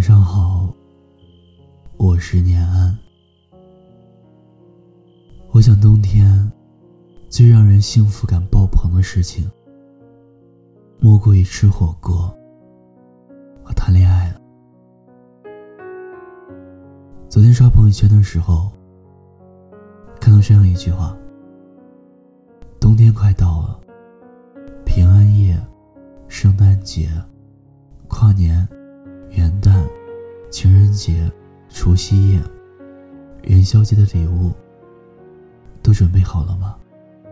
上好，我是念安。我想冬天最让人幸福感爆棚的事情，莫过于吃火锅和谈恋爱了。昨天刷朋友圈的时候，看到这样一句话：冬天快到了，平安夜、圣诞节、跨年、元旦、情人节、除夕夜、元宵节的礼物都准备好了吗？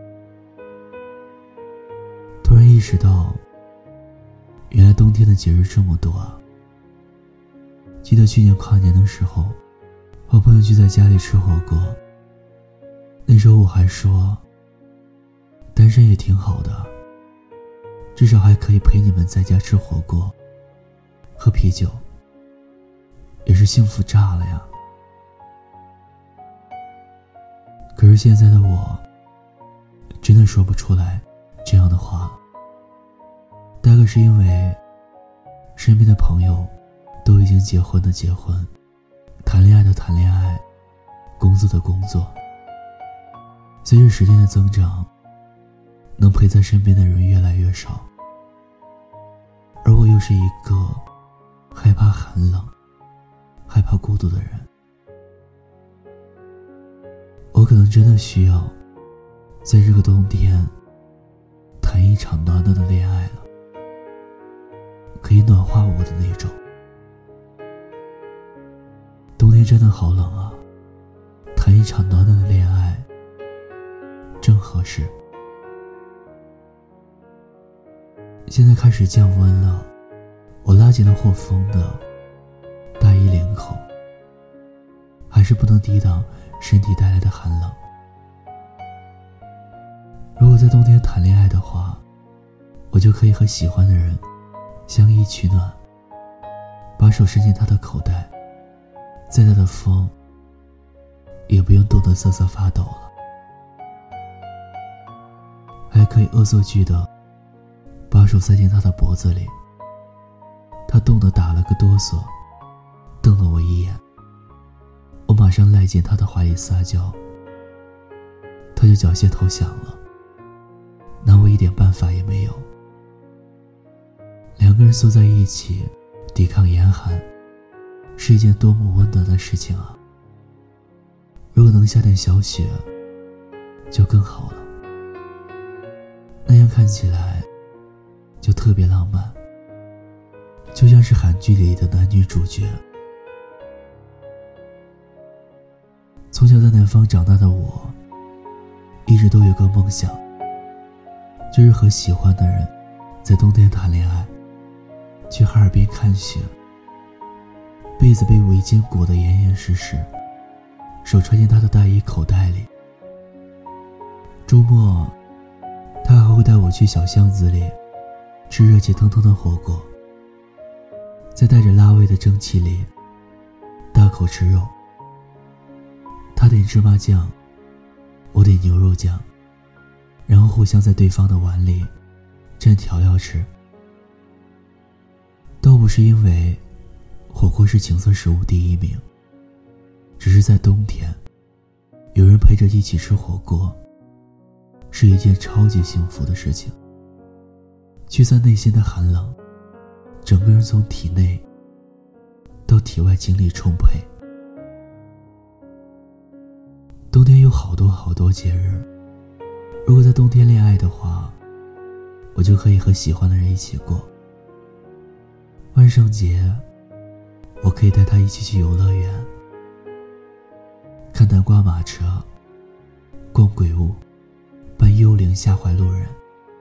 突然意识到，原来冬天的节日这么多啊。记得去年跨年的时候，和朋友聚在家里吃火锅，那时候我还说，单身也挺好的，至少还可以陪你们在家吃火锅喝啤酒，也是幸福炸了呀。可是现在的我真的说不出来这样的话了，大概是因为身边的朋友都已经结婚的结婚，谈恋爱的谈恋爱，工作的工作。随着时间的增长，能陪在身边的人越来越少，而我又是一个害怕寒冷、害怕孤独的人。我可能真的需要在这个冬天谈一场暖暖的恋爱了，可以暖化我的那种。冬天真的好冷啊，谈一场暖暖的恋爱正合适。现在开始降温了，我拉紧了获风的大衣领口，还是不能抵挡身体带来的寒冷。如果在冬天谈恋爱的话，我就可以和喜欢的人相依取暖，把手伸进他的口袋，再大的风也不用冻得瑟瑟发抖了，还可以恶作剧的把手塞进他的脖子里，他冻得打了个哆嗦，瞪了我一眼，我马上赖进他的怀里撒娇，他就缴械投降了，拿我一点办法也没有。两个人缩在一起抵抗严寒，是一件多么温暖的事情啊！如果能下点小雪就更好了，那样看起来就特别浪漫，就像是韩剧里的男女主角。从小在南方长大的我，一直都有个梦想，就是和喜欢的人在冬天谈恋爱，去哈尔滨看雪，被子被围巾裹得严严实实，手揣进他的大衣口袋里。周末他还会带我去小巷子里吃热气腾腾的火锅，在带着辣味的蒸汽里大口吃肉。他点芝麻酱，我点牛肉酱，然后互相在对方的碗里蘸调料吃。倒不是因为火锅是情色食物第一名，只是在冬天有人陪着一起吃火锅是一件超级幸福的事情，驱散内心的寒冷，整个人从体内到体外精力充沛。冬天有好多好多节日，如果在冬天恋爱的话，我就可以和喜欢的人一起过。万圣节我可以带他一起去游乐园，看南瓜马车，逛鬼屋，扮幽灵吓坏路人。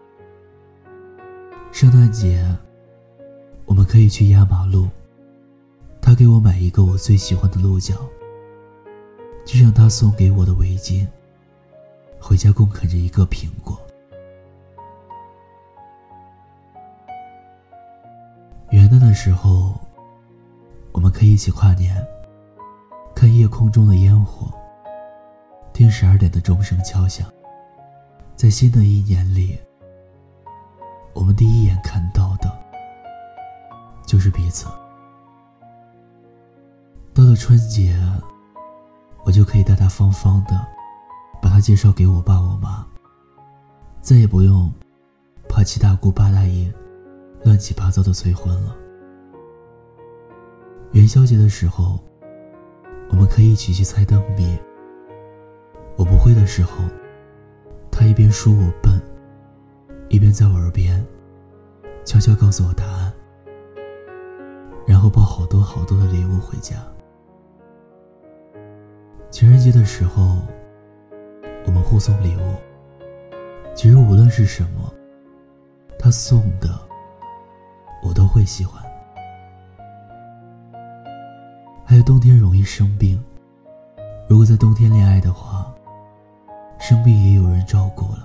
圣诞节我们可以去压马路，他给我买一个我最喜欢的鹿角，就像他送给我的围巾，回家共啃着一个苹果。元旦的时候我们可以一起跨年，看夜空中的烟火，听12点的钟声敲响。在新的一年里，我们第一眼看到的就是彼此。 了春节，我就可以大大方方的把他介绍给我爸我妈，再也不用怕七大姑八大姨乱七八糟的催婚了。元宵节的时候，我们可以一起去猜灯谜。我不会的时候，他一边说我笨，一边在我耳边悄悄告诉我答案，然后抱好多好多的礼物回家。情人节的时候，我们互送礼物，其实无论是什么，他送的我都会喜欢。还有冬天容易生病，如果在冬天恋爱的话，生病也有人照顾了。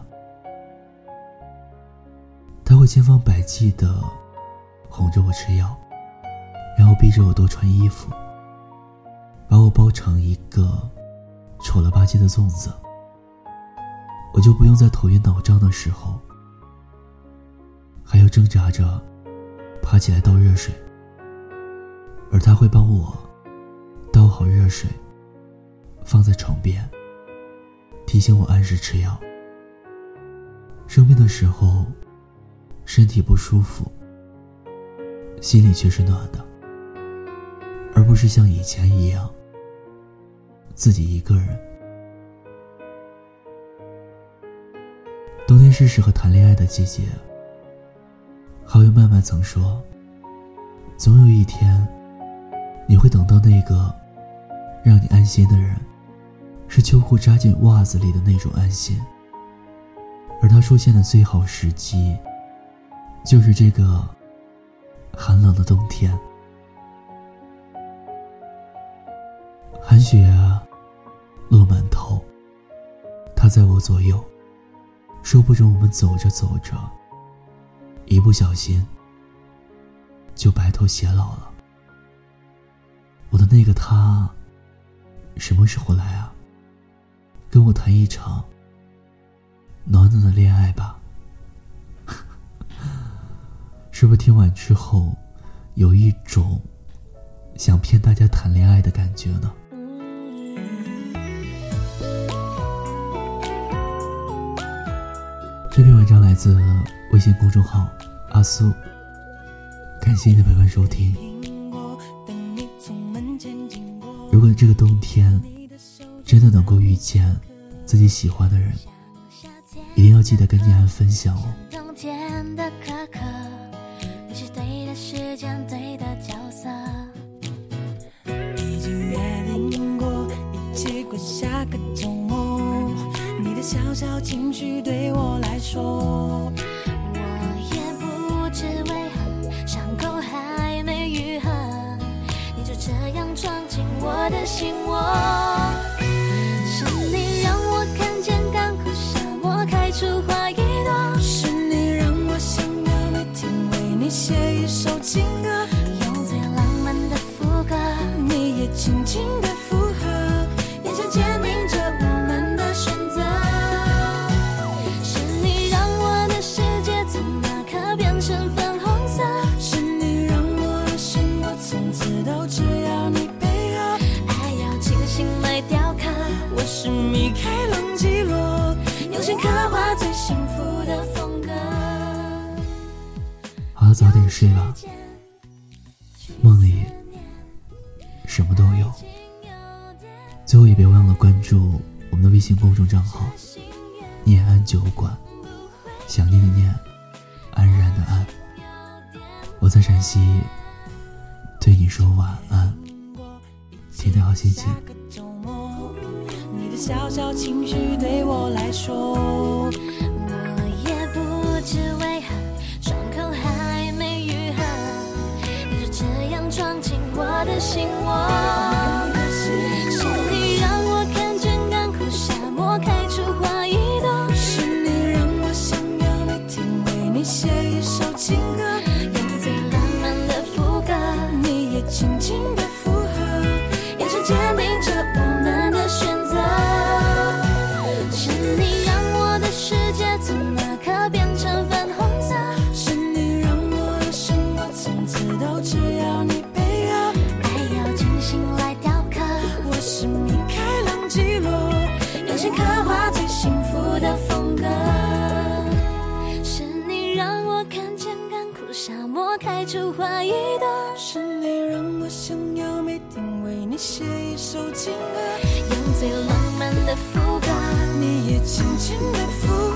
他会千方百计地哄着我吃药，然后逼着我多穿衣服，把我包成一个丑了吧唧的粽子，我就不用在头晕脑胀的时候还要挣扎着爬起来倒热水，而他会帮我倒好热水放在床边，提醒我按时吃药。生病的时候身体不舒服，心里却是暖的，而不是像以前一样自己一个人。冬天是适合谈恋爱的季节，好友曼曼曾说，总有一天你会等到那个让你安心的人，是秋裤扎进袜子里的那种安心，而他出现的最好时机就是这个寒冷的冬天。寒雪落满头，他在我左右，说不准我们走着走着，一不小心就白头偕老了。我的那个他什么时候来啊？跟我谈一场暖暖的恋爱吧。是不是听完之后有一种想骗大家谈恋爱的感觉呢？这篇文章来自微信公众号阿苏，感谢你的陪伴收听。如果这个冬天真的能够遇见自己喜欢的人，一定要记得跟念安分享哦。 冬天的可可，你是对的时间，对的角色， 已经约定过一起过下个周末，你的小小情绪对我来说， 我也不知为何伤口还没愈合，你就这样闯进我的心窝。是你让我看见干枯沙漠开出花一朵， 是你让我想要每天为你写一首情歌， 用最浪漫的副歌， 你也轻轻地附和，眼神坚定着我们的选择。 是你让我的世界从那刻变成粉红色， 是你让我的心我从此都只要你配合， 爱要精心来雕刻， 我是米开朗基罗，用心刻画最幸福的风格。 好了，早点睡吧，梦里什么都有。最后也别忘了关注我们的微信公众账号念安酒馆，想念的念，安然的安。我在陕西对你说晚安，天天好心情。 你的小小情绪对我来说， 我也不知为何伤口还没愈合，你就这样闯进我的心窝。是你让我看见干枯沙漠开出花一朵， 是你让我想要每天为你写一首情歌， 用最浪漫的副歌， 你也轻轻地附和，眼神坚定着我们的选择。 是你让我的世出怀疑的是你让我想要每天为你写一首情歌， 用最浪漫的副歌， 你也轻轻的附